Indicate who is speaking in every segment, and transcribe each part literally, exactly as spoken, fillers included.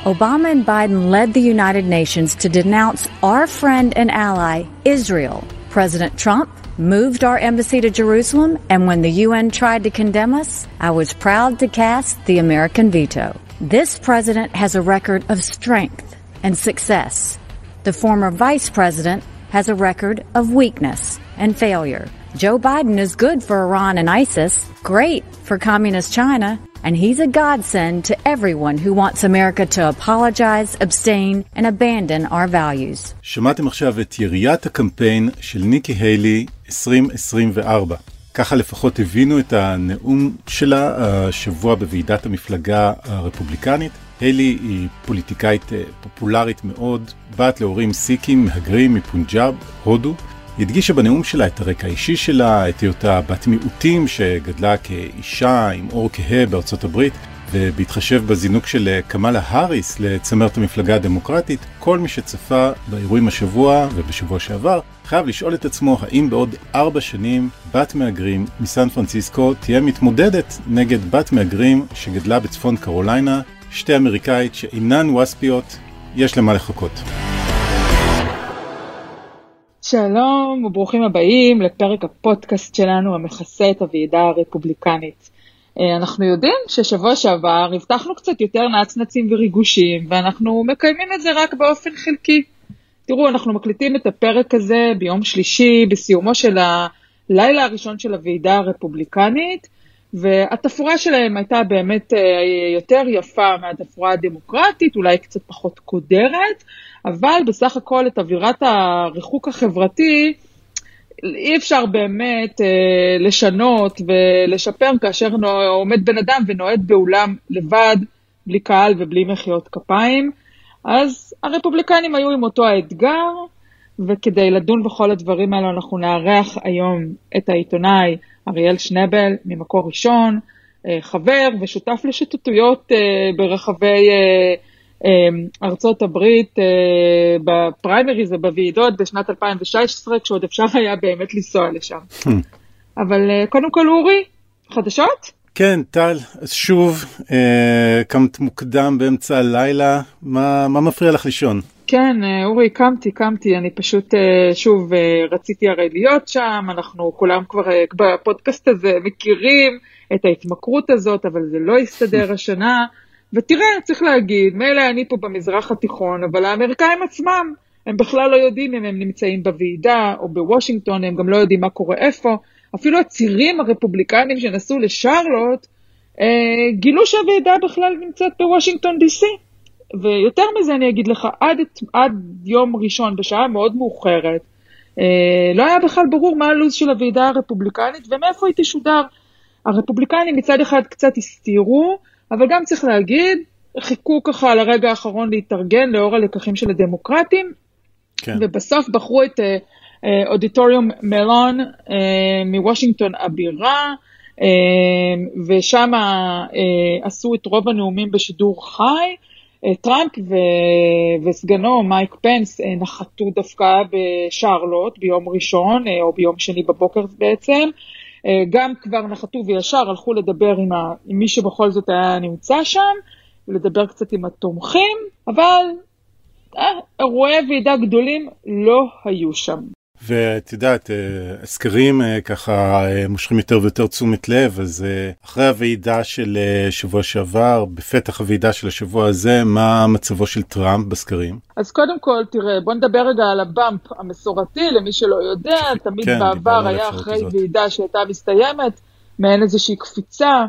Speaker 1: Obama and Biden led the United Nations to denounce our friend and ally, Israel. President Trump moved our embassy to Jerusalem, and when the U N tried to condemn us, I was proud to cast the American veto. This president has a record of strength and success. The former vice president has a record of weakness and failure. Joe Biden is good for Iran and ISIS, great for communist China, and he's a godsend to everyone who wants America to apologize, abstain, and abandon our values.
Speaker 2: שמעתם עכשיו את יריית הקמפיין של ניקי היילי עשרים עשרים וארבע. ככה לפחות הבינו את הנאום שלה השבוע בוועידת המפלגה הרפובליקנית. היילי היא פוליטיקאית פופולרית מאוד, בת להורים סיקים מהגרים מפונג'אב, הודו. היא הדגישה בנאום שלה את הרקע האישי שלה, את היותה בת מיעוטים שגדלה כאישה עם אור כהה בארצות הברית, ובהתחשב בזינוק של קמאלה האריס לצמרת המפלגה הדמוקרטית, כל מי שצפה באירועים השבוע ובשבוע שעבר, חייב לשאול את עצמו האם בעוד ארבע שנים בת מהגרים מסן פרנסיסקו תהיה מתמודדת נגד בת מהגרים שגדלה בצפון קרוליינה, שתי אמריקאית שאינן ווספיות, יש למה לחכות.
Speaker 3: שלום וברוכים הבאים לפרק הפודקאסט שלנו המכסה את הוועידה הרפובליקנית. אנחנו יודעים ששבוע שעבר הבטחנו קצת יותר נצנצים וריגושים, ואנחנו מקיימים את זה רק באופן חלקי. תראו, אנחנו מקליטים את הפרק הזה ביום שלישי, בסיומו של הלילה הראשון של הוועידה הרפובליקנית, והתפורה שלהם הייתה באמת יותר יפה מהתפורה הדמוקרטית, אולי קצת פחות קודרת, אבל בסך הכל את אווירת הריחוק החברתי אי אפשר באמת אה, לשנות ולשפר כאשר עומד בן אדם ונועד באולם לבד, בלי קהל ובלי מחיאות כפיים. אז הרפובליקנים היו עם אותו האתגר, וכדי לדון בכל הדברים האלה אנחנו נארח היום את העיתונאי אריאל שנבל ממקור ראשון, אה, חבר ושותף לשוטטויות אה, ברחבי אה, ארצות הברית בפריימריז ובוועידות בשנת אלפיים ושש עשרה, כשעוד אפשר היה באמת לנסוע לשם. אבל קודם כל אורי, חדשות?
Speaker 2: כן, טל, אז שוב, קמת מוקדם באמצע הלילה, מה, מה מפריע לך לישון?
Speaker 3: כן, אורי, קמתי, קמתי, אני פשוט שוב רציתי הרי להיות שם, אנחנו כולם כבר בפודקאסט הזה מכירים את ההתמכרות הזאת, אבל זה לא יסתדר השנה, ותראה, צריך להגיד, מילא אני פה במזרח התיכון, אבל האמריקאים עצמם, הם בכלל לא יודעים אם הם נמצאים בוועידה או בוושינגטון, הם גם לא יודעים מה קורה איפה. אפילו הצירים הרפובליקנים שנסעו לשרלוט, אה, גילו שהוועידה בכלל נמצאת בוושינגטון די סי. ויותר מזה אני אגיד לך, עד, עד יום ראשון, בשעה מאוד מאוחרת, אה, לא היה בכלל ברור מה הלו"ז של הוועידה הרפובליקנית, ומאיפה היא תשודר. הרפובליקנים מצד אחד קצת הסתירו, אבל גם צריך להגיד, חיכו ככה על הרגע האחרון להתארגן לאור הלקחים של הדמוקרטים, כן. ובסוף בחרו את uh, אודיטוריום מלון uh, מוושינגטון הבירה, uh, ושם uh, עשו את רוב הנאומים בשידור חי. uh, טראמפ ו- וסגנו מייק פנס uh, נחתו דווקא בשרלוט ביום ראשון, uh, או ביום שני בבוקר בעצם, גם כבר נחתו וישר הלכו לדבר עם, ה, עם מי שבכל זאת היה נמצא שם, ולדבר קצת עם התומכים, אבל אה, אירועי ועידה גדולים לא היו שם.
Speaker 2: ואת יודעת, הסקרים ככה מושכים יותר ויותר תשומת לב, אז אחרי הוועידה של שבוע שעבר, בפתח הוועידה של השבוע הזה, מה מצבו של טראמפ בסקרים?
Speaker 3: אז קודם כל, תראה, בוא נדבר רגע על הבאמפ המסורתי, למי שלא יודע, תמיד כן, בעבר היה אחרי הזאת. ועידה שהייתה מסתיימת, מעין איזושהי קפיצה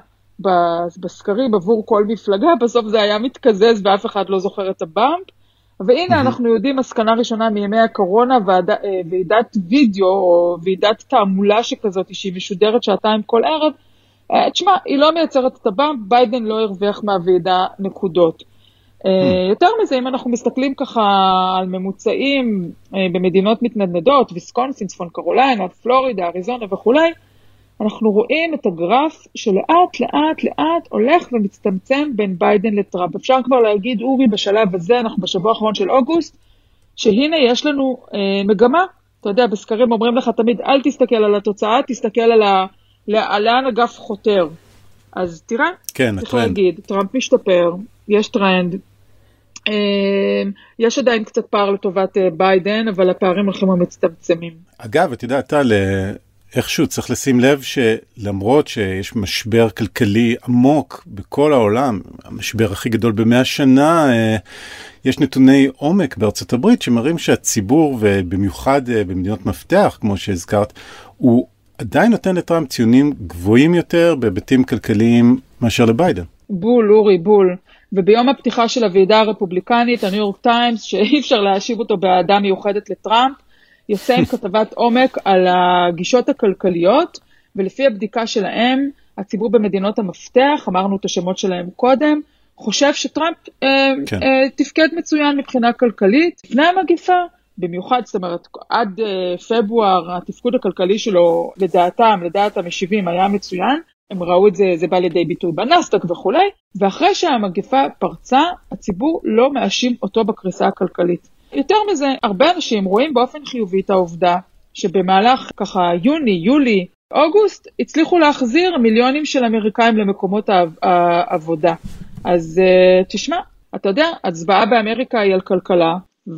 Speaker 3: בסקרים עבור כל מפלגה, בסוף זה היה מתקזז ואף אחד לא זוכר את הבאמפ, והנה אנחנו יודעים, מסקנה ראשונה מימי הקורונה, ועידת וידאו או ועידת תעמולה שכזאת, שהיא משודרת שעתיים כל ערב, תשמע, היא לא מייצרת את הבאמפ, ביידן לא הרוויח מהוועידה נקודות. יותר מזה, אם אנחנו מסתכלים ככה על ממוצעים במדינות מתנדנדות, ויסקונסין, צפון קרוליינה, פלורידה, אריזונה וכולי, אנחנו רואים את הגרף שלאט לאט לאט הולך ומצטמצם בין ביידן לטראמפ. אפשר כבר להגיד, אורי, בשלב הזה, אנחנו בשבוע האחרון של אוגוסט, שהנה יש לנו אה, מגמה. אתה יודע, בסקרים אומרים לך תמיד, אל תסתכל על התוצאה, תסתכל על ה... לאן הגף חותר. אז תראה,
Speaker 2: כן,
Speaker 3: צריך להגיד, טראמפ משתפר, יש טרנד, יש עדיין קצת פער לטובת ביידן, אבל הפערים הולכים ומצטמצמים.
Speaker 2: אגב, את יודעת, טל, איכשהו צריך לשים לב שלמרות שיש משבר כלכלי עמוק בכל העולם, המשבר הכי גדול במאה שנה, יש נתוני עומק בארצות הברית שמראים שהציבור, ובמיוחד במדינות מפתח, כמו שהזכרת, הוא עדיין נותן לטראמפ ציונים גבוהים יותר בהיבטים כלכליים מאשר לביידן.
Speaker 3: בול, אורי, בול. וביום הפתיחה של הוועידה הרפובליקנית, הניו יורק טיימס, שאי אפשר להשיב אותו באהדה מיוחדת לטראמפ, יוצא עם כתבת עומק על הגישות הכלכליות, ולפי הבדיקה שלהם, הציבור במדינות המפתח, אמרנו את השמות שלהם קודם, חושב שטראמפ אה, כן. אה, תפקד מצוין מבחינה כלכלית. לפני המגיפה, במיוחד, זאת אומרת, עד אה, פברואר, התפקוד הכלכלי שלו, לדעתם, לדעת המשיבים, היה מצוין. הם ראו את זה, זה בא לידי ביטוי בנסדק וכולי, ואחרי שהמגיפה פרצה, הציבור לא מאשים אותו בקריסה הכלכלית. יותר מזה, הרבה אנשים רואים באופן חיובי את העובדה, שבמהלך ככה יוני, יולי, אוגוסט, הצליחו להחזיר מיליונים של אמריקאים למקומות העבודה. אז תשמע, אתה יודע, הצבעה באמריקה היא על כלכלה,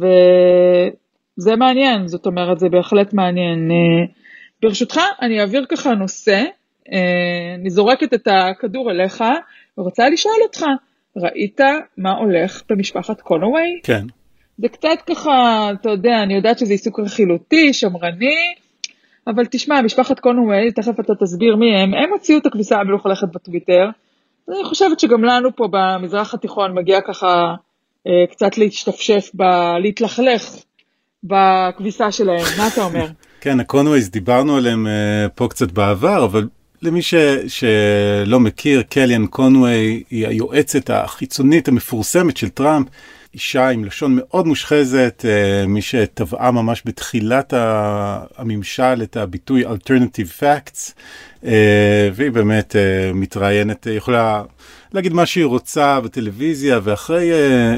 Speaker 3: וזה מעניין, זאת אומרת, זה בהחלט מעניין. ברשותך, אני אעביר ככה נושא, אני זורקת את הכדור אליך, ורוצה לשאול אותך, ראית מה הולך במשפחת קונווי?
Speaker 2: כן.
Speaker 3: זה קצת ככה, אתה יודע, אני יודעת שזה עיסוק רכילותי, שמרני, אבל תשמע, משפחת קונווי, תכף אתה תסביר מי הם, הם הוציאו את הכביסה המלוכלכת בטוויטר, אני חושבת שגם לנו פה במזרח התיכון מגיע ככה קצת להשתפשף, ב- להתלכלך בכביסה שלהם, מה אתה אומר?
Speaker 2: כן, הקונווייז, דיברנו עליהם פה קצת בעבר, אבל למי ש, שלא מכיר, קליאן קונווי היא היועצת החיצונית המפורסמת של טראמפ, אישה עם לשון מאוד מושחזת, מי שטבעה ממש בתחילת הממשל את הביטוי Alternative Facts, והיא באמת מתראיינת, יכולה להגיד מה שהיא רוצה בטלוויזיה, ואחרי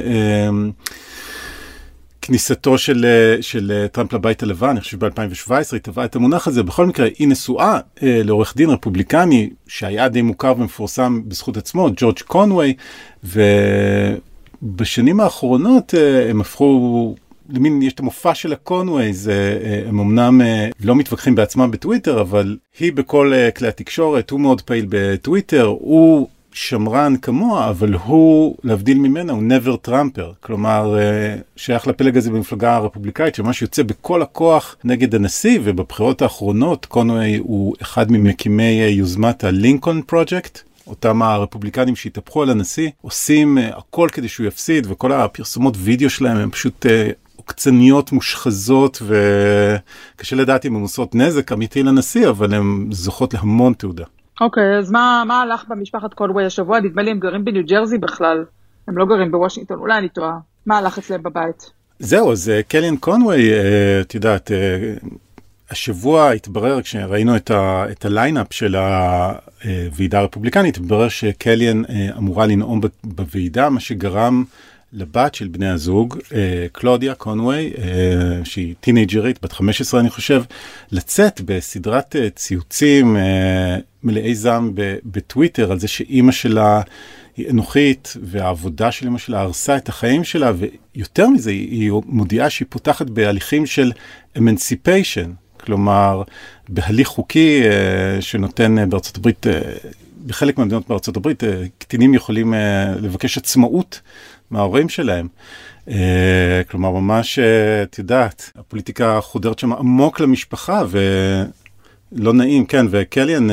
Speaker 2: כניסתו של, של טראמפ לבית הלבן, אני חושב ב-אלפיים שבע עשרה, היא טבעה את המונח הזה. בכל מקרה, היא נשואה לעורך דין רפובליקני, שהיה די מוכר ומפורסם בזכות עצמו, ג'ורג' קונווי, ובשנים האחרונות הם הפכו, למין, יש את המופע של הקונווייז, הם אמנם לא מתווכחים בעצמם בטוויטר, אבל היא בכל כלי התקשורת, הוא מאוד פעיל בטוויטר, הוא שמרן כמוה, אבל הוא, להבדיל ממנה, הוא never Trumper. כלומר, שייך לפלג הזה במפלגה הרפובליקאית, שממש יוצא בכל הכוח נגד הנשיא, ובבחירות האחרונות, קונווי הוא אחד ממקימי יוזמת הלינקולן פרויקט, אותם הרפובליקנים שהתהפכו על הנשיא, עושים הכל כדי שהוא יפסיד, וכל הפרסומות וידאו שלהם הם פשוט עוקצניות מושחזות, וקשה לדעת אם הם עושות נזק אמיתי לנשיא, אבל הם זוכות להמון תעודה.
Speaker 3: אוקיי, אז מה, מה הלך במשפחת קונווי השבוע? נדמה לי הם גרים בניו ג'רזי בכלל, הם לא גרים בוושינגטון, אולי אני טועה. מה הלך אצלם בבית?
Speaker 2: זהו, אז קליאן קונווי, את יודעת, השבוע התברר, כשראינו את, ה, את הליינאפ של הוועידה הרפובליקנית, התברר שקליאן אמורה לנאום בוועידה, מה שגרם לבת של בני הזוג, קלודיה קונווי, שהיא טינג'רית, בת חמש עשרה אני חושב, לצאת בסדרת ציוצים מלאי זעם בטוויטר, על זה שאימא שלה היא אנוכית, והעבודה של אימא שלה הרסה את החיים שלה, ויותר מזה, היא מודיעה שהיא פותחת בהליכים של אמנסיפיישן, כלומר, בהליך חוקי שנותן בארצות הברית, בחלק מהמדינות בארצות הברית, קטינים יכולים לבקש עצמאות מההורים שלהם. כלומר, ממש, את יודעת, הפוליטיקה חודרת שם עמוק למשפחה, ולא נעים, כן, וקליאן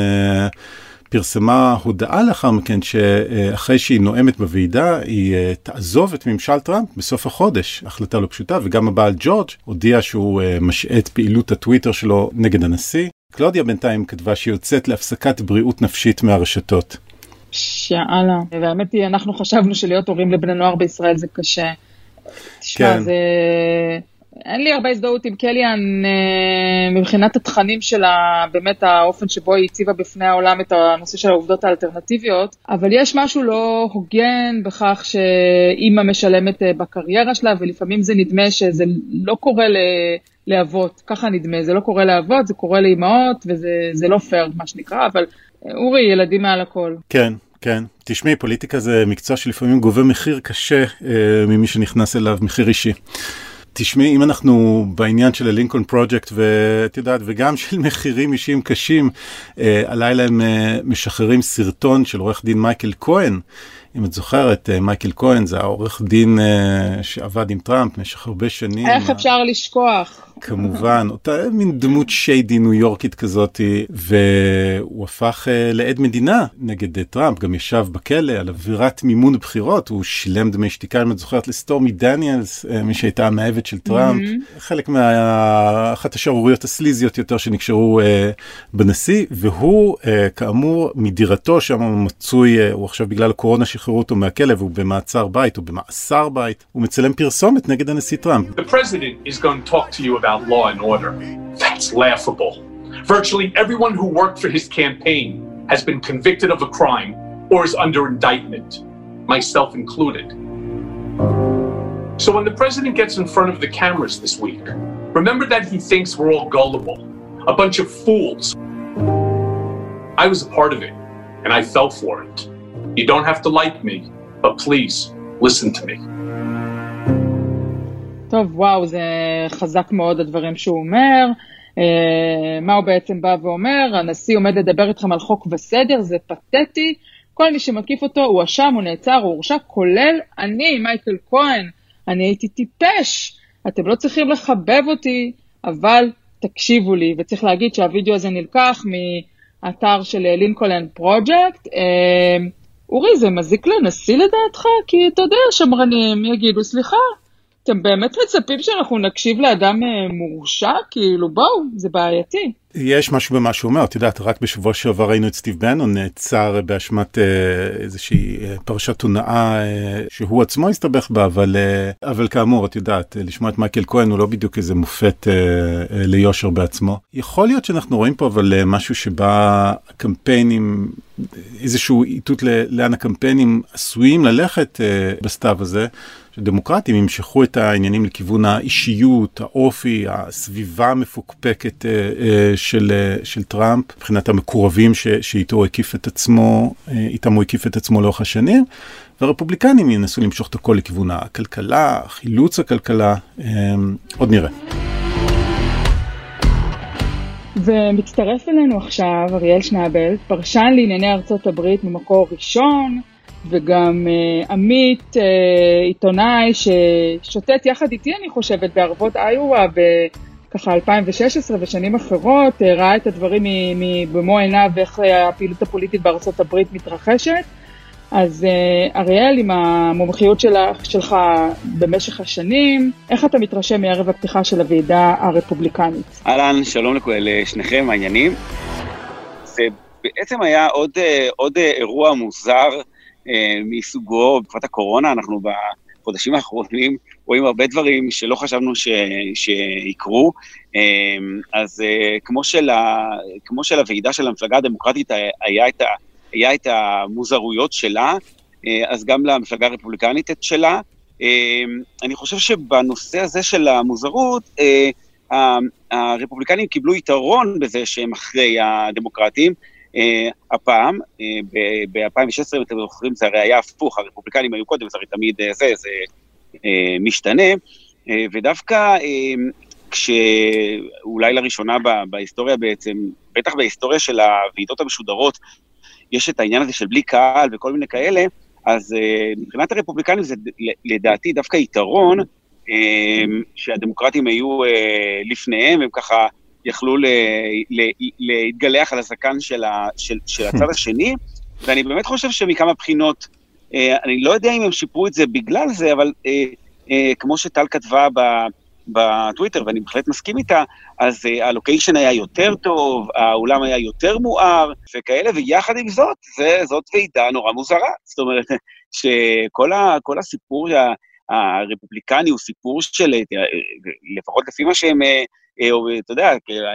Speaker 2: פרסמה הודעה לאחר מכן, שאחרי שהיא נואמת בוועידה, היא תעזוב את ממשל טראמפ בסוף החודש. החלטה לא פשוטה, וגם הבעל ג'ורג' הודיע שהוא משעה את פעילות הטוויטר שלו נגד הנשיא. קלודיה בינתיים כתבה שהיא יוצאת להפסקת בריאות נפשית מהרשתות.
Speaker 3: שאלה, והאמת היא, אנחנו חשבנו שלהיות הורים לבני נוער בישראל זה קשה. תשמע, כן. זה... אין לי הרבה הזדהות עם קליאן מבחינת התכנים שלה, באמת האופן שבו היא הציבה בפני העולם את הנושא של העובדות האלטרנטיביות, אבל יש משהו לא הוגן בכך שאימא משלמת בקריירה שלה, ולפעמים זה נדמה שזה לא קורה לאבות, ככה נדמה, זה לא קורה לאבות, זה קורה לאימהות, וזה לא פייר מה שנקרא, אבל אורי, ילדים מעל הכל.
Speaker 2: כן. כן, תשמעי, פוליטיקה זה מקצוע שלפעמים גובה מחיר קשה אה, ממי שנכנס אליו, מחיר אישי. תשמעי, אם אנחנו בעניין של הלינקולן פרויקט, ואת יודעת, וגם של מחירים אישיים קשים, אה, הלילה הם אה, משחררים סרטון של עורך דין מייקל כהן. אם את זוכרת, מייקל כהן זה העורך דין שעבד עם טראמפ במשך הרבה שנים.
Speaker 3: איך אפשר לשכוח?
Speaker 2: כמובן, אותה מין דמות שיידי ניו יורקית כזאת, והוא הפך לעד מדינה נגד טראמפ, גם ישב בכלא על עבירת מימון בחירות, הוא שילם דמי שתיקה, אם את זוכרת, לסטורמי דניאלס, מי שהייתה המאהבת של טראמפ, mm-hmm. חלק מאחת השערוריות הסליזיות יותר שנקשרו בנשיא, והוא כאמור מדירתו שם מצוי, הוא עכשיו בגלל הקורונה שחררו אותו מהכלא, והוא במעצר בית, הוא במאסר בית, הוא מצלם פרסומת נגד הנשיא טראמפ.
Speaker 4: The president is going to talk to you about law and order. That's laughable. Virtually everyone who worked for his campaign has been convicted of a crime or is under indictment, myself included. So when the president gets in front of the cameras this week, remember that he thinks we're all gullible, a bunch of fools. I was a part of it, and I fell for it. You don't have to like me, but please, listen to me.
Speaker 3: טוב, וואו, זה חזק מאוד הדברים שהוא אומר. מה הוא בעצם בא ואומר? הנשיא עומד לדבר איתכם על חוק וסדר, זה פתטי. כל מי שמתקיף אותו הוא אשם, הוא נעצר, הוא הורשע, כולל אני, מייקל כהן. אני הייתי טיפש. אתם לא צריכים לחבב אותי, אבל תקשיבו לי. וצריך להגיד שהווידאו הזה נלקח מאתר של לינקולן פרויקט. אורי, זה מזיק לנשיא לדעתך? כי אתה יודע, שמרנים יגידו, סליחה, אתם באמת מצפים שאנחנו נקשיב לאדם מורשע? כאילו, בואו, זה בעייתי.
Speaker 2: יש משהו במה שהוא אומר, את יודעת, רק בשבוע שעבר ראינו את סטיב בנון, נעצר באשמת איזושהי פרשת הונאה שהוא עצמו הסתבך בה, אבל, אבל כאמור, את יודעת, לשמוע את מייקל כהן הוא לא בדיוק איזה מופת ליושר בעצמו. יכול להיות שאנחנו רואים פה אבל משהו שבה הקמפיינים, איזשהו איתות לאן הקמפיינים עשויים ללכת בסתיו הזה, שדמוקרטים ימשכו את העניינים לכיוון האישיות, האופי, הסביבה המפוקפקת של, של טראמפ, מבחינת המקורבים ש, שאיתו הוא הקיף את עצמו, איתם הוא הקיף את עצמו לאורך השנים, והרפובליקנים ינסו למשוך את הכל לכיוון הכלכלה, חילוץ הכלכלה, עוד נראה.
Speaker 3: ומצטרף אלינו עכשיו אריאל שנאבל, פרשן לענייני ארצות הברית ממקור ראשון, וגם uh, עמית, uh, עיתונאי ששוטט יחד איתי, אני חושבת, בערבות איואה, בככה אלפיים ושש עשרה ושנים אחרות, uh, ראה את הדברים במו עיניו ואיך הפעילות הפוליטית בארצות הברית מתרחשת. אז uh, אריאל, עם המומחיות שלך, שלך במשך השנים, איך אתה מתרשם מערב הפתיחה של הוועידה הרפובליקנית?
Speaker 5: אהלן, שלום לשניכם, העניינים. זה בעצם היה עוד, עוד אירוע מוזר, מסוגו, בתקופת הקורונה. אנחנו בחודשים האחרונים רואים הרבה דברים שלא חשבנו ש, שיקרו, אז כמו של, כמו של הוועידה של המפלגה הדמוקרטית היה את, ה, היה את המוזרויות שלה, אז גם למפלגה הרפובליקנית את שלה. אני חושב שבנושא הזה של המוזרות, הרפובליקנים קיבלו יתרון בזה שהם אחרי הדמוקרטים, Uh, הפעם, uh, ב-אלפיים ושש עשרה, אתם זוכרים, זה הרי היה הפוך, הרפובליקנים היו קודם, זה הרי תמיד uh, זה, זה uh, משתנה, uh, ודווקא uh, כשאולי לראשונה ב- בהיסטוריה בעצם, בטח בהיסטוריה של הוועידות המשודרות, יש את העניין הזה של בלי קהל וכל מיני כאלה, אז uh, מבחינת הרפובליקנים זה לדעתי דווקא יתרון, uh, שהדמוקרטים היו uh, לפניהם, הם ככה, יכלו להתגלח על הזקן של, ה, של, של הצד השני, ואני באמת חושב שמכמה בחינות, אה, אני לא יודע אם הם שיפרו את זה בגלל זה, אבל אה, אה, כמו שטל כתבה ב, בטוויטר, ואני בהחלט מסכים איתה, אז אה, הלוקיישן היה יותר טוב, האולם היה יותר מואר, וכאלה, ויחד עם זאת, זה, זאת ועידה נורא מוזרה. זאת אומרת, שכל ה, כל הסיפור הרפובליקני הוא סיפור של, לפחות לפי מה שהם, אתה יודע,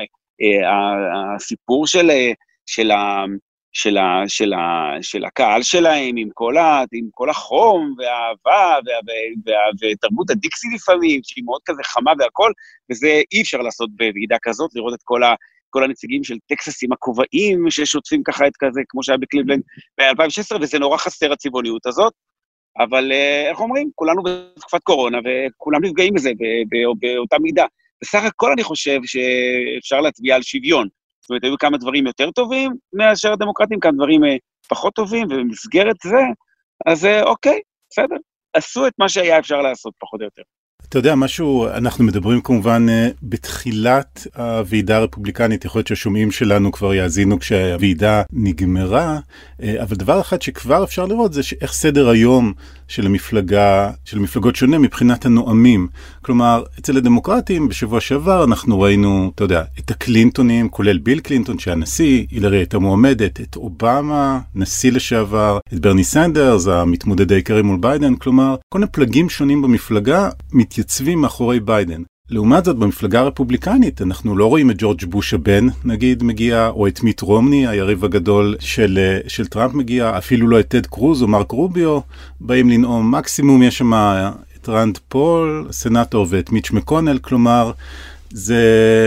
Speaker 5: הסיפור של, של, של, של, של הקהל שלהם, עם כל, ה, עם כל החום והאהבה ותרבות הדיקסי לפעמים, שהיא מאוד כזה חמה והכל, וזה אי אפשר לעשות בוועידה כזאת, לראות את כל כל הנציגים של טקסס עם הכובעים ששוטפים ככה את כזה, כמו שהיה בקליבלנד ב-אלפיים ושש עשרה, וזה נורא חסר הצבעוניות הזאת, אבל איך אומרים? כולנו בתקופת קורונה, וכולם נפגעים בזה באותה מידה. בסך הכל אני חושב שאפשר להצביע על שוויון. זאת אומרת, היו כמה דברים יותר טובים מאשר הדמוקרטים, כמה דברים פחות טובים, ובמסגרת זה, אז אוקיי, בסדר. עשו את מה שהיה אפשר לעשות, פחות או יותר.
Speaker 2: אתה יודע, משהו, אנחנו מדברים כמובן בתחילת הוועידה הרפובליקנית, יכול להיות שהשומעים שלנו כבר יאזינו כשהוועידה נגמרה, אבל דבר אחד שכבר אפשר לראות זה איך סדר היום של המפלגה, של מפלגות שונה מבחינת הנואמים. כלומר, אצל הדמוקרטים בשבוע שעבר אנחנו ראינו, אתה יודע, את הקלינטונים, כולל ביל קלינטון שהנשיא, הילרי הייתה מועמדת, את אובמה, נשיא לשעבר, את ברני סנדרס, המתמודד העיקרי מול ביידן, כלומר, כל מיני פלגים שונים במפלגה מתייצבים מאחורי ביידן. לעומת זאת, במפלגה הרפובליקנית, אנחנו לא רואים את ג'ורג' בוש הבן, נגיד, מגיע, או את מיט רומני, היריב הגדול של, של טראמפ מגיע, אפילו לא את טד קרוז או מרק רוביו, באים לנאום. מקסימום יש שם את רנד פול, הסנאטור, ואת מיץ' מקונל, כלומר, זה,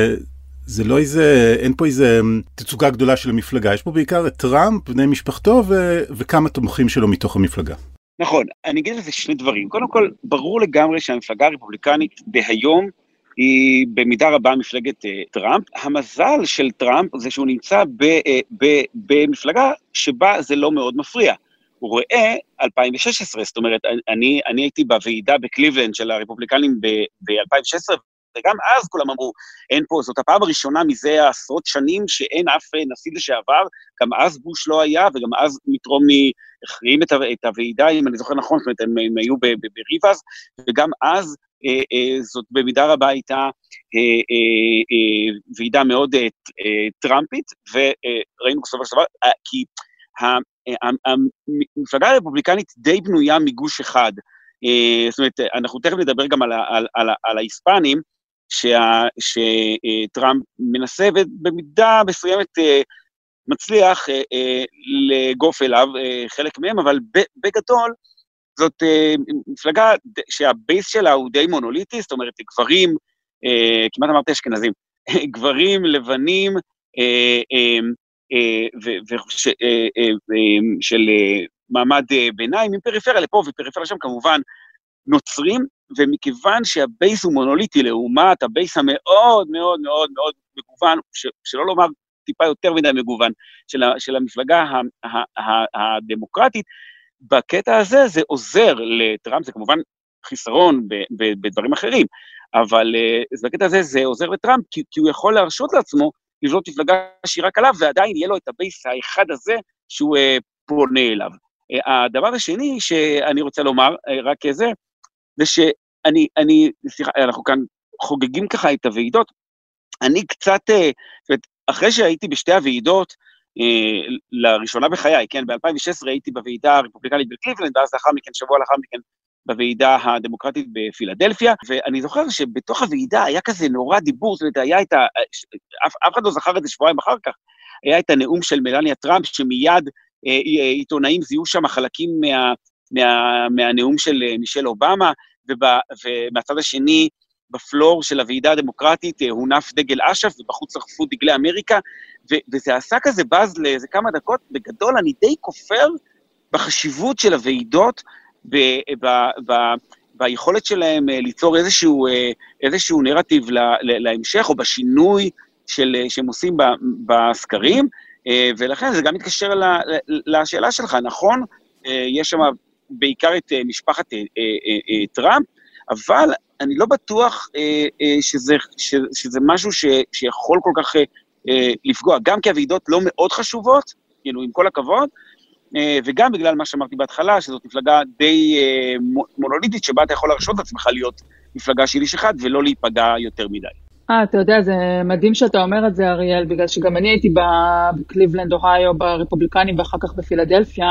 Speaker 2: זה לא איזה, אין פה איזה תצוגה גדולה של המפלגה, יש פה בעיקר את טראמפ, בני משפחתו, ו, וכמה תומכים שלו מתוך המפלגה.
Speaker 5: נכון, אני אגיד לזה שני דברים. קודם כל, ברור לגמרי שהמפלגה הרפובליקנית בהיום, היא במידה רבה מפלגת uh, טראמפ. המזל של טראמפ זה שהוא נמצא ב, uh, ב, במפלגה שבה זה לא מאוד מפריע. הוא רואה אלפיים ושש עשרה, זאת אומרת, אני, אני הייתי בוועידה בקליבלנד של הרפובליקנים ב-אלפיים ושש עשרה, וגם אז כולם אמרו, אין פה, זאת הפעם הראשונה מזה עשרות שנים שאין אף נשיא לשעבר, גם אז בוש לא היה, וגם אז מטרומני הכריעים את, את הוועידה, אם אני זוכר נכון, זאת אומרת, הם, הם היו בריבאז, וגם אז אה, אה, זאת במידה רבה הייתה אה, אה, אה, ועידה מאוד אה, אה, טראמפית, וראינו בסופו של דבר, אה, כי המפלגה הרפובליקנית די בנויה מגוש אחד, אה, זאת אומרת, אנחנו תכף נדבר גם על, על, על, על ההיספנים, שטראמפ מנסה ובמידה מסוימת מצליח לגוף אליו חלק מהם, אבל בגדול זאת מפלגה שהבייס שלה הוא די מונוליטי, זאת אומרת גברים, כמעט אמרתי אשכנזים, גברים לבנים של מעמד ביניים, עם פריפריה לפה ופריפריה שם כמובן נוצרים, ומכיוון שהבייס הוא מונוליטי לעומת הבייס המאוד מאוד מאוד מאוד מגוון, ש, שלא לומר טיפה יותר מדי מגוון, של, ה, של המפלגה ה, ה, ה, הדמוקרטית, בקטע הזה זה עוזר לטראמפ, זה כמובן חיסרון ב, ב, בדברים אחרים, אבל uh, בקטע הזה זה עוזר לטראמפ, כי, כי הוא יכול להרשות לעצמו לבנות מפלגה שהיא רק עליו, ועדיין יהיה לו את הבייס האחד הזה שהוא uh, פונה אליו. Uh, הדבר השני שאני רוצה לומר, uh, רק זה, זה שאני, אני, סליחה, אנחנו כאן חוגגים ככה את הוועידות, אני קצת, זאת אומרת, אחרי שהייתי בשתי הוועידות, אה, לראשונה בחיי, כן, ב-אלפיים ושש עשרה הייתי בוועידה הרפובליקנית בקליבלנד, ואז לאחר מכן, שבוע לאחר מכן, בוועידה הדמוקרטית בפילדלפיה, ואני זוכר שבתוך הוועידה היה כזה נורא דיבור, זאת אומרת, היה את ה... אף, אף אחד לא זכר את זה שבועיים אחר כך, היה את הנאום של מלניה טראמפ, שמיד אה, עיתונאים זיהו שם חלקים מה... מה, מהנאום של מישל אובמה, ובא, ומהצד השני, בפלור של הוועידה הדמוקרטית, הונף דגל אש"ף, ובחוץ לחפו דגלי אמריקה, ו, וזה עשה כזה בז לאיזה כמה דקות, בגדול אני די כופר בחשיבות של הוועידות, ב, ב, ב, ביכולת שלהם ליצור איזשהו, איזשהו נרטיב לה, להמשך, או בשינוי של, שהם עושים בסקרים, ולכן זה גם מתקשר לשאלה שלך, נכון? יש שם בעיקר את משפחת טראמפ, אבל אני לא בטוח שזה, שזה משהו שיכול כל כך לפגוע, גם כי הוועידות לא מאוד חשובות, כאילו עם כל הכבוד, וגם בגלל מה שאמרתי בהתחלה, שזאת מפלגה די מונוליטית, שבה אתה יכול להרשות את עצמך להיות מפלגה של איש אחד, ולא להיפגע יותר מדי.
Speaker 3: אה, אתה יודע, זה מדהים שאתה אומר את זה, אריאל, בגלל שגם אני הייתי בקליבלנד, אוהיו, ברפובליקנים, ואחר כך בפילדלפיה,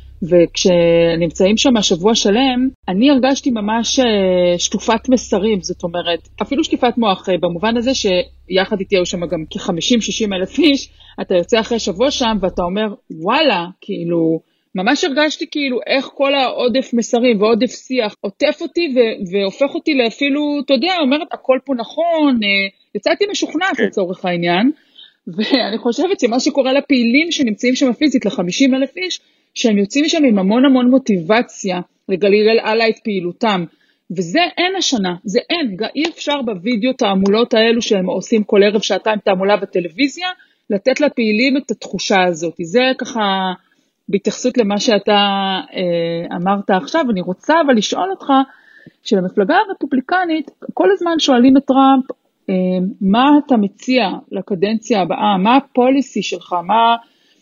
Speaker 3: וכשנמצאים שם שבוע שלם, אני הרגשתי ממש שטופת מסרים, זאת אומרת, אפילו שטיפת מוח, במובן הזה שיחד איתי היו שם גם כ-חמישים שישים אלף איש, אתה יוצא אחרי שבוע שם ואתה אומר, וואלה, כאילו, ממש הרגשתי כאילו איך כל העודף מסרים ועודף שיח עוטף אותי ו- והופך אותי לאפילו, אתה יודע, אומרת, הכל פה נכון, יצאתי משוכנעת לצורך העניין, ואני חושבת שמה שקורה לפעילים שנמצאים שם פיזית, ל-חמישים אלף איש, שהם יוצאים שם עם המון המון מוטיבציה לגלגל הלאה את פעילותם, וזה אין השנה, זה אין, אי אפשר בווידאו תעמולות האלו שהם עושים כל ערב שעתיים תעמולה בטלוויזיה, לתת לפעילים את התחושה הזאת. זה ככה בהתייחסות למה שאתה אה, אמרת עכשיו. אני רוצה אבל לשאול אותך, שלמפלגה הרפובליקנית כל הזמן שואלים את טראמפ, אה, מה אתה מציע לקדנציה הבאה, מה הפוליסי שלך, מה...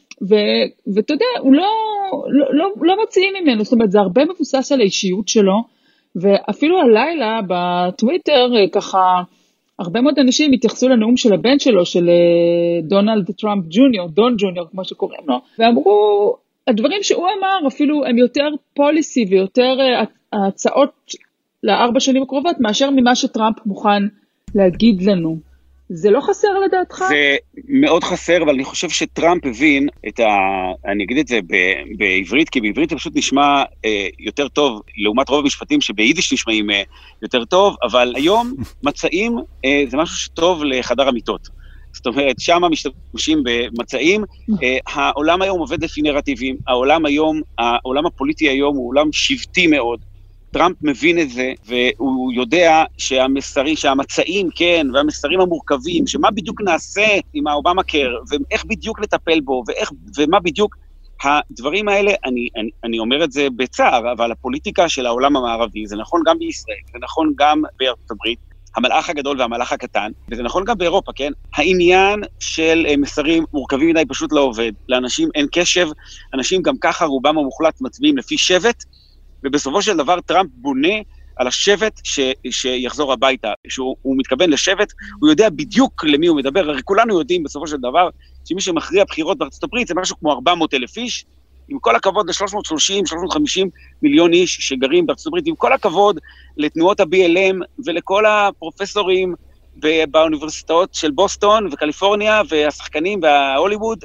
Speaker 3: ו- ואתה יודע, הוא לא, לא, לא, לא מציעים ממנו, זאת אומרת, זה הרבה מבוסס על האישיות שלו, ואפילו הלילה בטוויטר, ככה, הרבה מאוד אנשים התייחסו לנאום של הבן שלו, של דונלד טראמפ ג'וניור, דון ג'וניור, כמו שקוראים לו, ואמרו, הדברים שהוא אמר, אפילו הם יותר פוליסי, ויותר הצעות לארבע שנים הקרובות, מאשר ממה שטראמפ מוכן להגיד לנו. זה לא חסר לדעתך?
Speaker 5: זה מאוד חסר, אבל אני חושב שטראמפ הבין את ה... אני אגיד את זה ב- בעברית, כי בעברית זה פשוט נשמע אה, יותר טוב, לעומת רוב המשפטים שביידיש נשמעים אה, יותר טוב, אבל היום מצעים אה, זה משהו שטוב לחדר המיטות. זאת אומרת, שם משתמשים במצעים, אה, העולם היום עובד לפי נרטיבים, העולם היום, העולם הפוליטי היום הוא עולם שבטי מאוד, טראמפ מבין את זה, והוא יודע שהמסרים, שהמצעים, כן, והמסרים המורכבים, שמה בדיוק נעשה עם האובמה קר, ואיך בדיוק לטפל בו, ואיך, ומה בדיוק הדברים האלה, אני, אני, אני אומר את זה בצער, אבל הפוליטיקה של העולם המערבי, זה נכון גם בישראל, זה נכון גם בארצות הברית, המלאך הגדול והמלאך הקטן, וזה נכון גם באירופה, כן? העניין של מסרים מורכבים מדי פשוט לא עובד, לאנשים אין קשב, אנשים גם ככה רובם המוחלט מצביעים לפי שבט, ובסופו של דבר טראמפ בונה על השבט ש, שיחזור הביתה, שהוא מתכוון לשבט, הוא יודע בדיוק למי הוא מדבר, הרי כולנו יודעים בסופו של דבר, שמי שמכריע בחירות בארצות הברית, זה משהו כמו ארבע מאות אלף איש, עם כל הכבוד ל-שלוש מאות שלושים שלוש מאות וחמישים מיליון איש שגרים בארצות הברית, עם כל הכבוד לתנועות ה-בי אל אם ולכל הפרופסורים באוניברסיטאות של בוסטון וקליפורניה והשחקנים וההוליווד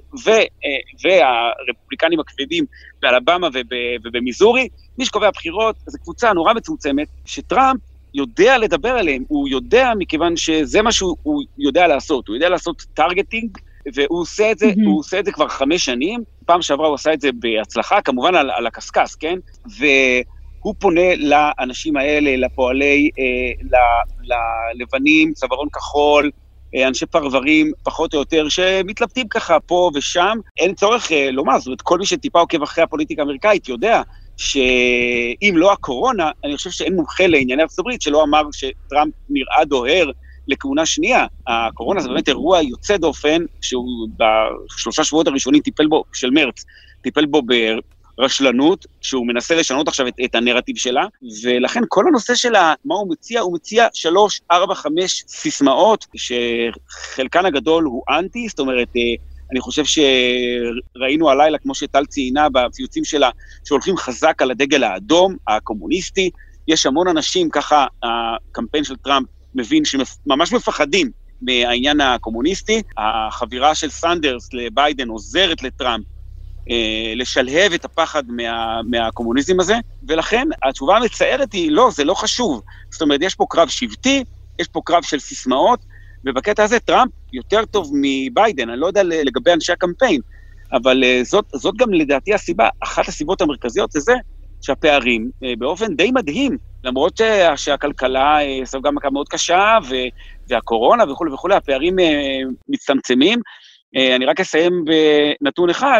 Speaker 5: והרפובליקנים הכבדים באלבמה ובמיזורי, מי שקובע בחירות, זו קבוצה נורא מצומצמת, שטראמפ יודע לדבר עליהם, הוא יודע מכיוון שזה מה שהוא יודע לעשות, הוא יודע לעשות טרגטינג, והוא עושה את זה, mm-hmm. הוא עושה את זה כבר חמש שנים, פעם שעברה הוא עשה את זה בהצלחה, כמובן על, על הקסקס, כן? והוא פונה לאנשים האלה, לפועלי, אה, ללבנים, צווארון כחול, אה, אנשי פרברים, פחות או יותר, שמתלבטים ככה פה ושם, אין צורך אה, לומר, זאת אומרת, כל מי שטיפה עוקב אחרי הפוליטיקה האמריקאית יודע, שאם לא הקורונה, אני חושב שאין מומחה לענייני ארצות הברית, שלא אמר שטראמפ נראה דוהר, לכהונה שנייה. הקורונה זה באמת אירוע יוצא דופן, שהוא בשלושה שבועות הראשונים טיפל בו, של מרץ, טיפל בו ברשלנות, שהוא מנסה לשנות עכשיו את, את הנרטיב שלה, ולכן כל הנושא שלה, מה הוא מציע? הוא מציע שלוש, ארבע, חמש סיסמאות, שחלקן הגדול הוא אנטי, זאת אומרת, אני חושב שראינו הלילה, כמו שטל ציינה בציוצים שלה, שהולכים חזק על הדגל האדום, הקומוניסטי, יש המון אנשים, ככה הקמפיין של טראמפ, מבין שממש מפחדים מהעניין הקומוניסטי, החבירה של סנדרס לביידן עוזרת לטראמפ אה, לשלהב את הפחד מה, מהקומוניזם הזה, ולכן התשובה המצערת היא, לא, זה לא חשוב. זאת אומרת, יש פה קרב שבטי, יש פה קרב של סיסמאות, ובקטע הזה טראמפ יותר טוב מביידן, אני לא יודע לגבי אנשי הקמפיין, אבל אה, זאת, זאת גם לדעתי הסיבה, אחת הסיבות המרכזיות זה זה, שהפערים באופן די מדהים, למרות שהכלכלה ספגה מכה מאוד קשה, והקורונה וכו' וכו', הפערים מצטמצמים. אני רק אסיים בנתון אחד,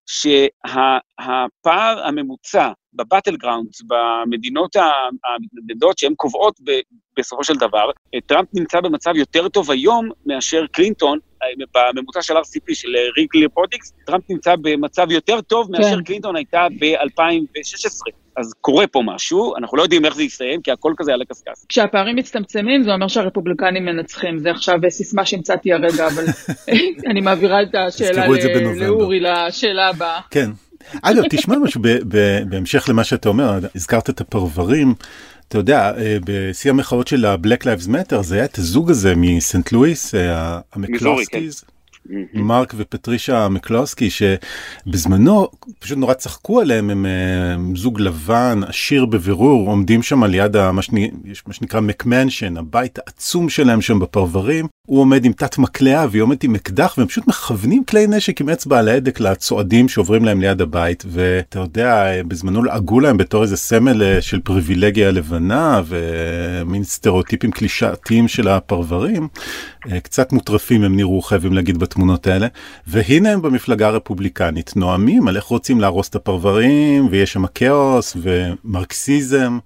Speaker 5: שהפער הממוצע בבטל גראונדס, במדינות המתנדדות שהן קובעות בסופו של דבר, טראמפ נמצא במצב יותר טוב היום מאשר קלינטון, בממוצע של אר סי פי, של ריגלי פרוטיקס, טראמפ נמצא במצב יותר טוב מאשר קלינטון הייתה ב-אלפיים ושש עשרה. אז קורה פה משהו, אנחנו לא יודעים איך זה יסתיים, כי הכל כזה על הקסקס.
Speaker 3: כשהפערים מצטמצמים, זה אומר שהרפובליקנים מנצחים, זה עכשיו סיסמה שהמצאתי הרגע, אבל אני מעבירה את השאלה לאורי, לשאלה הבאה.
Speaker 2: כן. אגב, תשמע משהו, בהמשך למה שאתה אומר, הזכרת את הפרברים, אתה יודע, בשיא המחאות של ה-Black Lives Matter, זה היה את הזוג הזה מסנט לואיס, המקלוסקיז, מרק ופטרישה מקלוסקי, שבזמנו פשוט נורא צחקו עליהם, הם, הם זוג לבן, עשיר בבירור, עומדים שם על יד ה, מה, שני, מה שנקרא מקמנשן, הבית העצום שלהם שם בפרברים, הוא עומד עם תת מקלעה והיא עומדת עם מקדח, והם פשוט מכוונים כלי נשק עם אצבע על ההדק לצועדים שעוברים להם ליד הבית, ואתה יודע, בזמנו לעגו להם בתור איזה סמל של פריבילגיה לבנה, ומין סטריאוטיפים קלישאתיים של הפרברים, קצת מוטרפים הם נראו, חייבים להגיד בתמונות האלה, והנה הם במפלגה הרפובליקנית, נועמים על איך רוצים להרוס את הפרברים, ויש שם כאוס ומרקסיזם,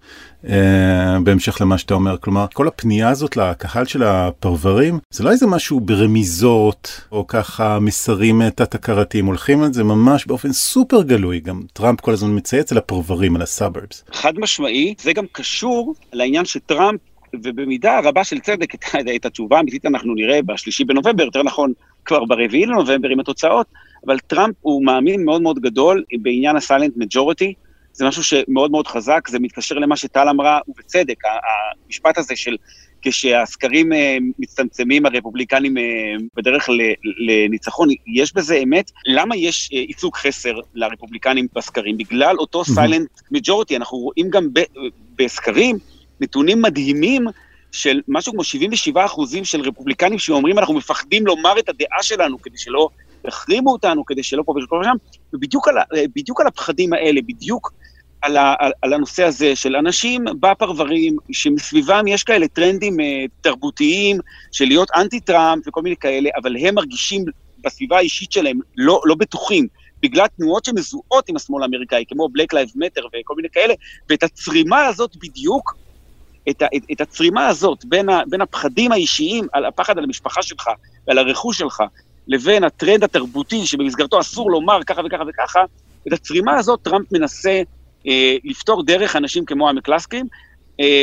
Speaker 2: בהמשך למה שאתה אומר, כלומר, כל הפנייה הזאת לקהל של הפרברים, זה לא איזה משהו ברמיזות, או ככה מסרים תת-הכרתיים, הולכים על זה ממש באופן סופר גלוי, גם טראמפ כל הזמן מצייץ על הפרברים, על הסאברבס.
Speaker 5: חד משמעי, זה גם קשור לעניין שטראמפ, ובמידה רבה של צדק, את, את התשובה האמיתית אנחנו נראה בשלישי בנובמבר, יותר נכון כבר ברביעי לנובמבר עם התוצאות, אבל טראמפ הוא מאמין מאוד מאוד גדול בעניין ה-silent majority, זה משהו שמאוד מאוד חזק, זה מתקשר למה שטל אמרה, ובצדק, המשפט הזה של כשהסקרים מצטמצמים, הרפובליקנים בדרך לניצחון, יש בזה אמת. למה יש ייצוג חסר לרפובליקנים בסקרים? בגלל אותו silent majority, אנחנו רואים גם בסקרים נתונים מדהימים של משהו כמו שבעים ושבעה אחוזים של רפובליקנים שאומרים, אנחנו מפחדים לומר את הדעה שלנו כדי שלא יחרימו אותנו, כדי שלא פה ושלא שם, ובדיוק על, בדיוק על הפחדים האלה, בדיוק על, ה, על, על הנושא הזה של אנשים בפרברים, שמסביבם יש כאלה טרנדים תרבותיים, של להיות אנטי-טראמפ וכל מיני כאלה, אבל הם מרגישים בסביבה האישית שלהם לא, לא בטוחים, בגלל תנועות שמזוהות עם השמאל האמריקאי, כמו Black Lives Matter וכל מיני כאלה, ואת הצרימה הזאת בדיוק, את, את, את הצרימה הזאת בין, ה, בין הפחדים האישיים, על הפחד על המשפחה שלך ועל הרכוש שלך, לבין הטרנד התרבותי שבמסגרתו אסור לומר ככה וככה וככה, את הצרימה הזאת טראמפ מנסה אה, לפתור דרך אנשים כמו המקלסקים, אה,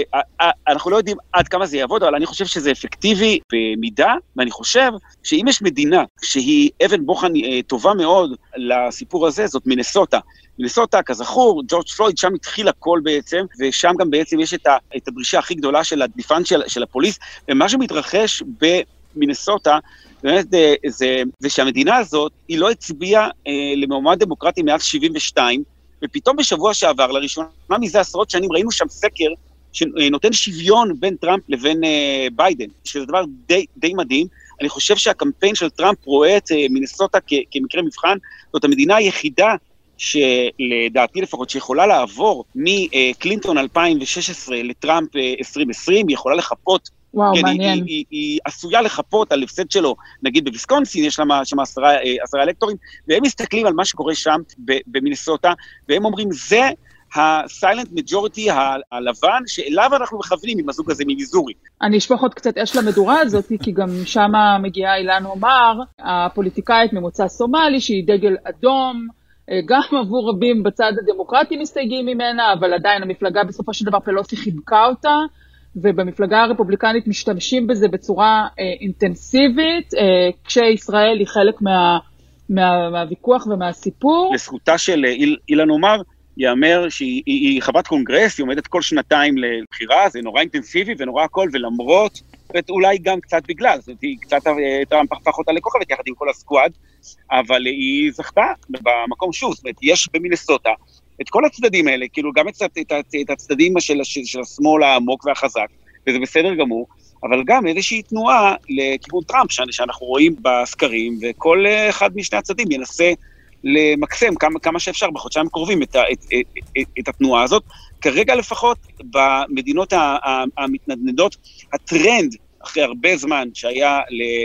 Speaker 5: ואנחנו לא יודעים עד כמה זה יעבוד, אבל אני חושב שזה אפקטיבי במידה, ואני חושב שאם יש מדינה שהיא אבן בוחן אה, טובה מאוד לסיפור הזה, זאת מינסוטה. מינסוטה, כזכור, ג'ורג' פלויד, שם התחיל הכל בעצם, ושם גם בעצם יש את, ה, את הדרישה הכי גדולה של הדיפנס של, של הפוליס, ומה שמתרחש במינסוטה, באמת, זה, זה, זה שהמדינה הזאת, היא לא הצביעה אה, למועמד דמוקרטי מאז שבעים ושתיים, ופתאום בשבוע שעבר, לראשונה מזה עשרות שנים, ראינו שם סקר שנותן שוויון בין טראמפ לבין אה, ביידן, שזה דבר די, די מדהים. אני חושב שהקמפיין של טראמפ רואה את אה, מינסוטה כ, כמקרה מבחן, זאת המדינה היחידה שלדעתי לפחות שיכולה לעבור מקלינטון אלפיים ושש עשרה לטראמפ עשרים עשרים, היא יכולה לחפות,
Speaker 3: וואו,
Speaker 5: כן,
Speaker 3: מעניין.
Speaker 5: היא, היא, היא עשויה לחפות על הפסד שלו, נגיד בוויסקונסין, יש שם עשרה, עשרה אלקטורים, והם מסתכלים על מה שקורה שם במינסוטה, והם אומרים, זה ה-silent majority הלבן, שאליו אנחנו מכוונים עם הזוג הזה ממיזורי.
Speaker 3: אני אשפוך עוד קצת אש למדורה הזאת, כי גם שם מגיעה אילן אומר, הפוליטיקאית ממוצא סומלי, שהיא דגל אדום, גם עבור רבים בצד הדמוקרטי מסתייגים ממנה, אבל עדיין המפלגה בסופו של דבר פלוסי חיבקה אותה, ובמפלגה הרפובליקנית משתמשים בזה בצורה אה, אינטנסיבית, אה, כשישראל היא חלק מה, מה, מהוויכוח ומהסיפור.
Speaker 5: לזכותה של איל, אילן אומר, יאמר שהיא היא, היא חברת קונגרס, היא עומדת כל שנתיים לבחירה, זה נורא אינטנסיבי ונורא הכל, ולמרות, ואולי גם קצת בגלל, זאת אומרת, היא קצת טראמפ הפך אותה לכוכבת יחד עם כל הסקואד, אבל היא זכתה במקום שוב, זאת אומרת, יש במינסוטה את כל הצדדים האלה, כאילו גם את, את, את הצדדים של, של, של השמאל העמוק והחזק, וזה בסדר גמור, אבל גם איזושהי תנועה לכיוון טראמפ, שאנחנו רואים בסקרים, וכל אחד משני הצדדים ינסה למקסם כמה, כמה שאפשר בחודשיים הקרובים את, את, את, את, את התנועה הזאת. כרגע לפחות במדינות המתנדנדות, הטרנד אחרי הרבה זמן שהיה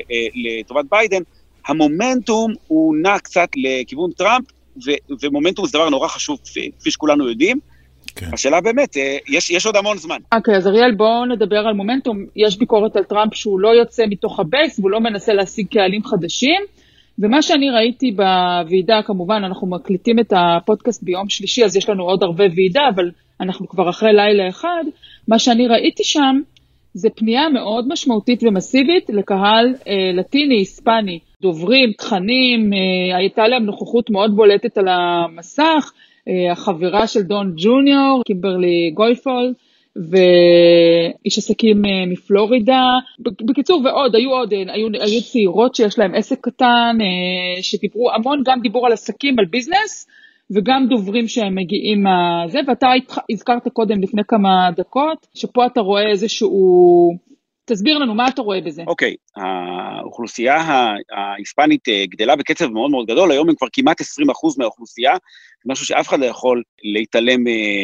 Speaker 5: לטובת ביידן, המומנטום הוא נע קצת לכיוון טראמפ, ו- ומומנטום זה דבר נורא חשוב, כפי שכולנו יודעים. כן. השאלה באמת, יש, יש עוד המון זמן.
Speaker 3: אוקיי, okay, אז אריאל, בואו נדבר על מומנטום. יש ביקורת על טראמפ שהוא לא יוצא מתוך הבייס, והוא לא מנסה להשיג קהלים חדשים, ומה שאני ראיתי בוועידה, כמובן, אנחנו מקליטים את הפודקאסט ביום שלישי, אז יש לנו עוד הרבה ועידה, אבל אנחנו כבר אחרי לילה אחד. מה שאני ראיתי שם, זה פנייה מאוד משמעותית ומסיבית לקהל אה, לטיני, היספני, דוברים, תכנים, אה, הייתה להם נוכחות מאוד בולטת על המסך, אה, החברה של דון ג'וניור, קימברלי גויפול, ואיש עסקים מפלורידה, בקיצור ועוד, היו עוד, היו, היו צעירות שיש להם עסק קטן, שדיברו המון, גם דיבור על עסקים, על ביזנס, וגם דוברים שהם מגיעים מהזה, ואתה הזכרת קודם לפני כמה דקות, שפה אתה רואה איזשהו, תסביר לנו מה אתה רואה בזה.
Speaker 5: אוקיי, האוכלוסייה ההיספנית גדלה בקצב מאוד מאוד גדול, היום הם כבר כמעט עשרים אחוז מהאוכלוסייה, משהו שאף אחד לא יכול להתעלם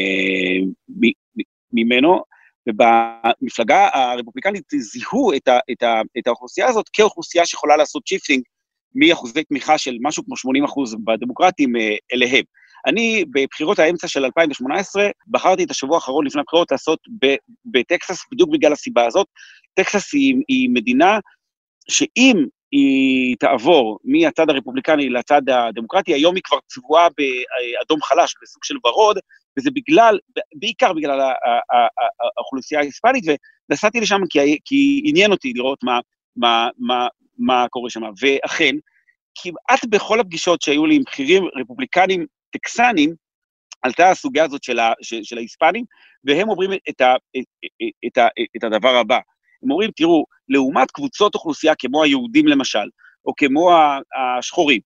Speaker 5: ממנו, ובמפלגה הרפובליקנית זיהו את, ה, את, ה, את האוכלוסייה הזאת כאוכלוסייה שיכולה לעשות שיפטינג מאחוזי תמיכה של משהו כמו שמונים אחוז בדמוקרטים אליהם. אני בבחירות האמצע של אלפיים שמונה עשרה בחרתי את השבוע האחרון לפני הבחירות לעשות בטקסס בדיוק בגלל הסיבה הזאת. טקסס היא, היא מדינה שאם היא תעבור מהצד הרפובליקני לצד הדמוקרטי, היום היא כבר צבועה באדום חלש, בסוג של ורוד, וזה בגלל, בעיקר בגלל האוכלוסייה ההיספנית, ונסעתי לשם כי, כי עניין אותי לראות מה, מה, מה, מה קורה שם. ואכן, כמעט בכל הפגישות שהיו לי עם בכירים רפובליקנים טקסנים, עלתה הסוגיה הזאת של, ה, של, של ההיספנים, והם אומרים את, ה, את, את, ה, את הדבר הבא. הם אומרים, תראו, לעומת קבוצות אוכלוסייה כמו היהודים למשל, או כמו השחורים,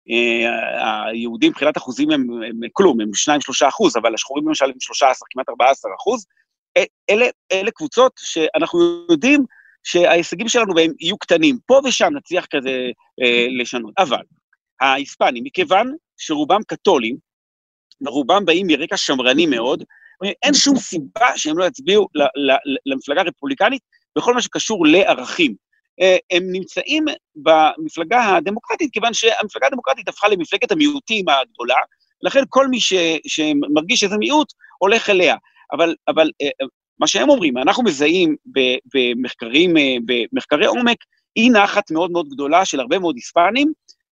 Speaker 5: היהודים מבחינת אחוזים הם, הם כלום, הם שניים שלושה אחוז, אבל השחורים למשל הם שלושה עשר, כמעט ארבעה עשר אחוז, אלה, אלה קבוצות שאנחנו יודעים שההישגים שלנו בהם יהיו קטנים, פה ושם נצליח כזה אה, לשנות, אבל ההיספנים, מכיוון שרובם קתולים, ורובם באים מרקע שמרני מאוד, אין שום סיבה שהם לא יצביעו למפלגה הרפובליקנית, בכל מה שקשור לערכים. הם נמצאים במפלגה הדמוקרטית, כיוון שהמפלגה הדמוקרטית הפכה למפלגת המיעוטים הגדולה, לכן כל מי ש, שמרגיש איזה מיעוט הולך אליה. אבל, אבל מה שהם אומרים, אנחנו מזהים במחקרים, במחקרי עומק, היא נחת מאוד מאוד גדולה של הרבה מאוד היספנים,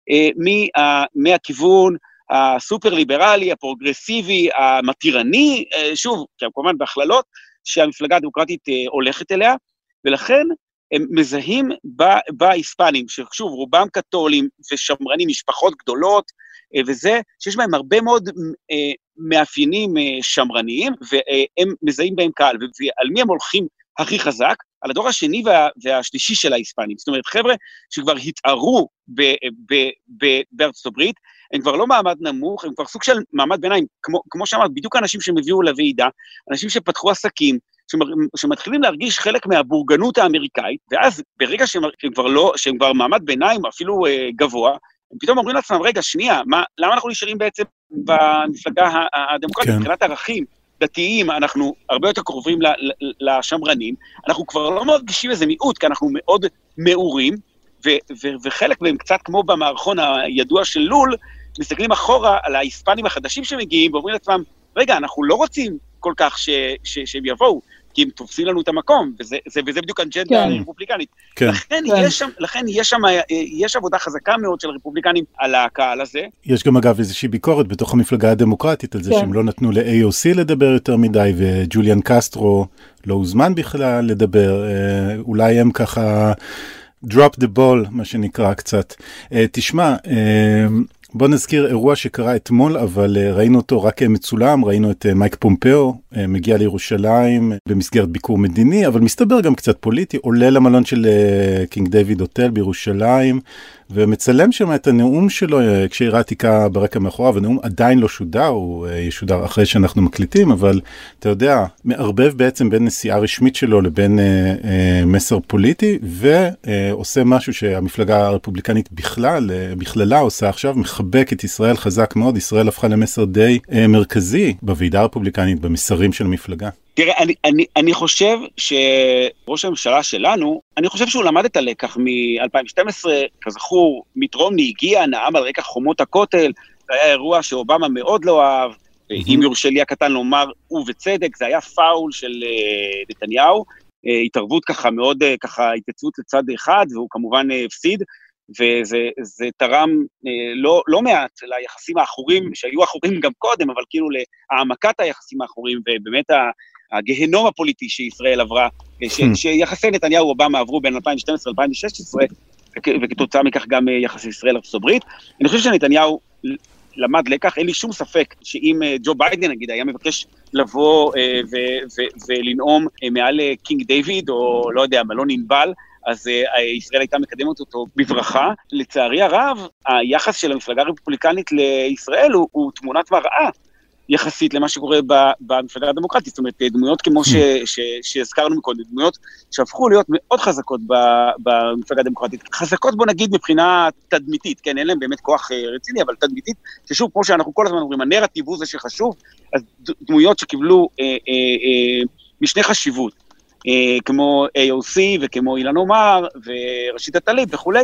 Speaker 5: מה, מהכיוון הסופר ליברלי, הפרוגרסיבי, המתירני, שוב, כמובן בהכללות, שהמפלגה הדמוקרטית הולכת אליה, ולכן הם מזהים בהיספנים, ששוב, רובם קתולים ושמרנים, משפחות גדולות, וזה שיש בהם הרבה מאוד מאפיינים שמרניים, והם מזהים בהם קהל, ועל מי הם הולכים הכי חזק? על הדור השני וה, והשלישי של ההיספנים, זאת אומרת, חבר'ה שכבר התארו ב, ב, ב, בארצות הברית, הם כבר לא מעמד נמוך, הם כבר סוג של מעמד ביניים, כמו, כמו שאמרת, בדיוק האנשים שהם הביאו לוועידה, אנשים שפתחו עסקים, שמתחילים להרגיש חלק מהבורגנות האמריקאית, ואז ברגע שהם, שהם, כבר, לא, שהם כבר מעמד ביניים, אפילו אה, גבוה, הם פתאום אומרים לעצמם, רגע, שנייה, מה, למה אנחנו נשארים בעצם במפלגה הדמוקרטית, מבחינת ערכים דתיים, אנחנו הרבה יותר קרובים לשמרנים, אנחנו כבר לא מרגישים איזה מיעוט, כי אנחנו מאוד מאורים, ו- ו- וחלק מהם קצת כמו במערכון הידוע של לול, מסתכלים אחורה על ההיספנים החדשים שמגיעים, ואומרים לעצמם, רגע, אנחנו לא רוצים כל כך ש- ש- שהם יבואו, כי הם תופסים לנו את המקום, וזה, זה, וזה בדיוק אג'נדה כן. רפובליקנית. כן. לכן, כן. יש שם, לכן יש שם, יש עבודה חזקה מאוד של הרפובליקנים על הקהל הזה. יש
Speaker 2: גם אגב איזושהי ביקורת בתוך המפלגה הדמוקרטית, על זה כן. שהם לא נתנו ל-איי או סי לדבר יותר מדי, וג'וליאן קסטרו לא הוזמן בכלל לדבר, אולי הם ככה drop the ball, מה שנקרא קצת. תשמע, בוא נזכיר אירוע שקרה אתמול, אבל ראינו אותו רק מצולם, ראינו את מייק פומפאו, מגיע לירושלים במסגרת ביקור מדיני, אבל מסתבר גם קצת פוליטי, עולה למלון של קינג דיוויד הוטל בירושלים, ומצלם שם את הנאום שלו, כשהראה עתיקה ברקע מאחוריו, הנאום עדיין לא שודר, הוא ישודר אחרי שאנחנו מקליטים, אבל אתה יודע, מערבב בעצם בין נסיעה רשמית שלו לבין אה, אה, מסר פוליטי, ועושה משהו שהמפלגה הרפובליקנית בכלל, בכללה עושה עכשיו, מחבק את ישראל חזק מאוד, ישראל הפכה למסר די אה, מרכזי בוועידה הרפובליקנית, במסרים של המפלגה.
Speaker 5: תראה, אני, אני, אני חושב שראש הממשלה שלנו, אני חושב שהוא למד את הלקח מ-אלפיים ושתים עשרה, כזכור, מיט רומני הגיע, נאם על רקע חומות הכותל, זה היה אירוע שאובמה מאוד לא אהב, אם יורשה לי הקטן לומר, ובצדק, זה היה פאול של uh, נתניהו, uh, התערבות ככה מאוד, uh, ככה התייצבות לצד אחד, והוא כמובן uh, הפסיד, וזה זה תרם uh, לא, לא מעט ליחסים האחורים, שהיו אחורים גם קודם, אבל כאילו להעמקת היחסים האחורים, ובאמת ה... הגהנום הפוליטי שישראל עברה, ש, שיחסי נתניהו ואובמה עברו בין אלפיים ושתים עשרה ל-אלפיים ושש עשרה, וכתוצאה מכך גם יחסי ישראל ארצות הברית. אני חושב שנתניהו למד לקח, אין לי שום ספק שאם ג'ו ביידן, נגיד, היה מבקש לבוא ולנאום מעל קינג דיוויד, או לא יודע, מלון ענבל, אז ישראל הייתה מקדמת אותו בברכה. לצערי הרב, היחס של המפלגה הרפובליקנית לישראל הוא, הוא תמונת מראה, יחסית למה שקורה במפלגה הדמוקרטית, זאת אומרת, דמויות כמו שהזכרנו מקודם, דמויות שהפכו להיות מאוד חזקות במפלגה הדמוקרטית, חזקות בוא נגיד מבחינה תדמיתית, כן, אין להם באמת כוח רציני, אבל תדמיתית, ששוב, כמו שאנחנו כל הזמן אומרים, הנרטיב הוא זה שחשוב, אז דמויות שקיבלו משנה חשיבות, כמו איי או סי וכמו אילן עומר ורשית הטליב וכולי,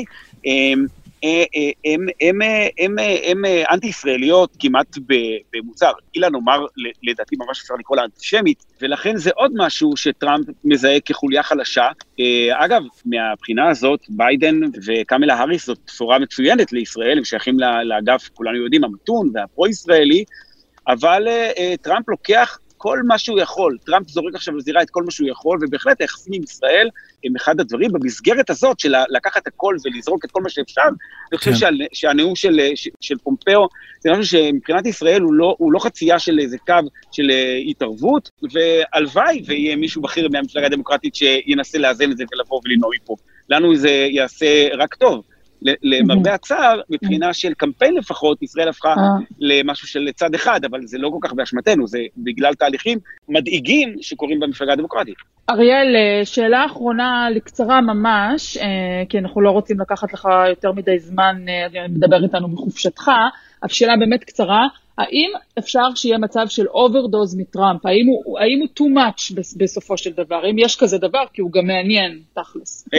Speaker 5: הם אנטי-ישראליות כמעט במוצר. אילן עומר, לדעתי ממש אפשר לקרוא לה אנטישמית, ולכן זה עוד משהו שטראמפ מזהה כחוליה חלשה. אגב, מהבחינה הזאת, ביידן וקמלה האריס זאת בשורה מצוינת לישראל, הם שייכים לאגף, כולנו יודעים, המתון והפרו-ישראלי, אבל טראמפ לוקח כל מה שהוא יכול, טראמפ זורק עכשיו לזירה את כל מה שהוא יכול, ובהחלט היחסים עם ישראל הם אחד הדברים, במסגרת הזאת של לקחת הכל ולזרוק את כל מה שאפשר, אני חושב שה, שהנאום של, של פומפאו, זה משהו שמבחינת ישראל הוא לא, הוא לא חצייה של איזה קו של התערבות, והלוואי ויהיה מישהו בכיר מהמפלגה הדמוקרטית שינסה לאזן את זה ולבוא ולנאום מפה. לנו זה יעשה רק טוב. למרבה הצער, מבחינה של קמפיין לפחות, ישראל הפכה למשהו של צד אחד, אבל זה לא כל כך באשמתנו, זה בגלל תהליכים מדאיגים שקורים במפלגה הדמוקרטית.
Speaker 3: אריאל, שאלה אחרונה לקצרה ממש, כי אנחנו לא רוצים לקחת לך יותר מדי זמן, מדבר איתנו בחופשתך, אבל שאלה באמת קצרה, האם אפשר שיהיה מצב של אוברדוז מטראמפ? האם הוא, האם הוא too much בסופו של דבר? האם יש כזה דבר? כי הוא גם מעניין, תכלס.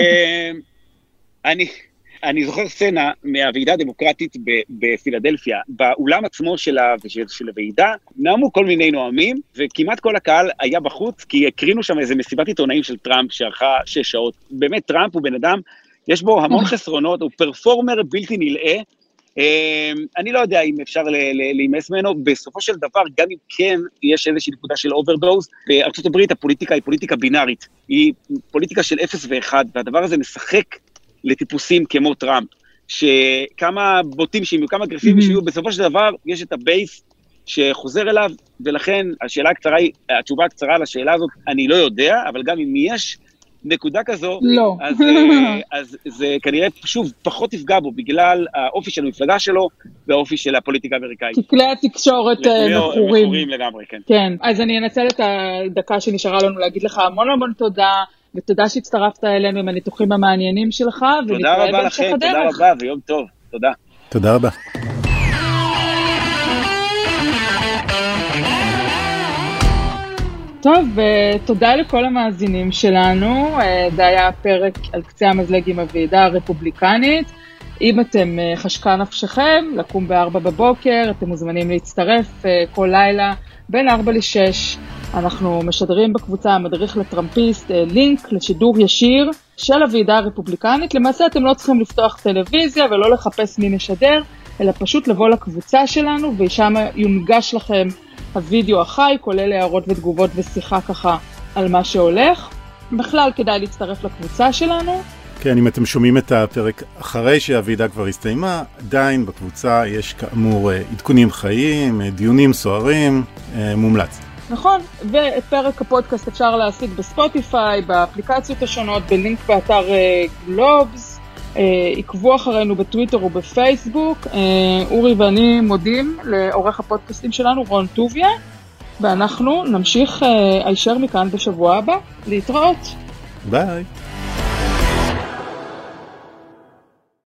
Speaker 5: אני... אני זוכר סצנה מהוועידה הדמוקרטית בפילדלפיה, באולם עצמו של הוועידה, נעמו כל מיני נואמים, וכמעט כל הקהל היה בחוץ, כי הקרינו שם איזה מסיבת עיתונאים של טראמפ, שערכה שש שעות. באמת, טראמפ הוא בן אדם, יש בו המון חסרונות, הוא פרפורמר בלתי נלאה, אני לא יודע אם אפשר להימס ממנו, בסופו של דבר, גם אם כן יש איזושהי נקודה של אוברדוז, בארצות הברית הפוליטיקה היא פוליטיקה בינארית, היא פוליטיקה של אפס ואחד, והדבר הזה משחק לטיפוסים כמו טראמפ, שכמה בוטים שיהיו, כמה גרפים שיהיו, בסופו של דבר יש את הבייס שחוזר אליו, ולכן השאלה הקצרה היא, התשובה הקצרה לשאלה הזאת, אני לא יודע, אבל גם אם יש נקודה כזו,
Speaker 3: לא.
Speaker 5: אז, אז זה כנראה שוב פחות תפגע בו, בגלל האופי של המפלגה שלו, והאופי של הפוליטיקה האמריקאית.
Speaker 3: כי כלי התקשורת מכורים.
Speaker 5: מכורים לגמרי, כן.
Speaker 3: כן, אז אני אנצל את הדקה שנשארה לנו להגיד לך המון המון תודה, ותודה שהצטרפת אלינו עם הניתוחים המעניינים שלך,
Speaker 5: תודה רבה לכם, תודה רבה ויום טוב, תודה.
Speaker 2: תודה רבה.
Speaker 3: טוב, ותודה לכל המאזינים שלנו, זה היה פרק על קצה המזלג עם הוועידה הרפובליקנית, אם אתם חשקה נפשכם, לקום בארבע בבוקר, אתם מוזמנים להצטרף כל לילה בין ארבע לשש, אנחנו משדרים בקבוצה המדריך לטראמפיסט לינק לשידור ישיר של הוועידה הרפובליקנית, למעשה אתם לא צריכים לפתוח טלוויזיה ולא לחפש מי משדר, אלא פשוט לבוא לקבוצה שלנו ושם יונגש לכם הווידאו החי, כולל הערות ותגובות ושיחה ככה על מה שהולך. בכלל כדאי להצטרף לקבוצה שלנו.
Speaker 2: כן, אם אתם שומעים את הפרק אחרי שהוועידה כבר הסתיימה, עדיין בקבוצה יש כאמור עדכונים חיים, דיונים סוערים, מומלץ.
Speaker 3: נכון, ואת פרק הפודקאסט אפשר להשיג בספוטיפיי, באפליקציות השונות, בלינק באתר גלובס, עקבו אחרינו בטוויטר ובפייסבוק. אורי ואני מודים לעורך הפודקאסטים שלנו, רון טוביה, ואנחנו נמשיך הישר מכאן בשבוע הבא. להתראות.
Speaker 2: ביי.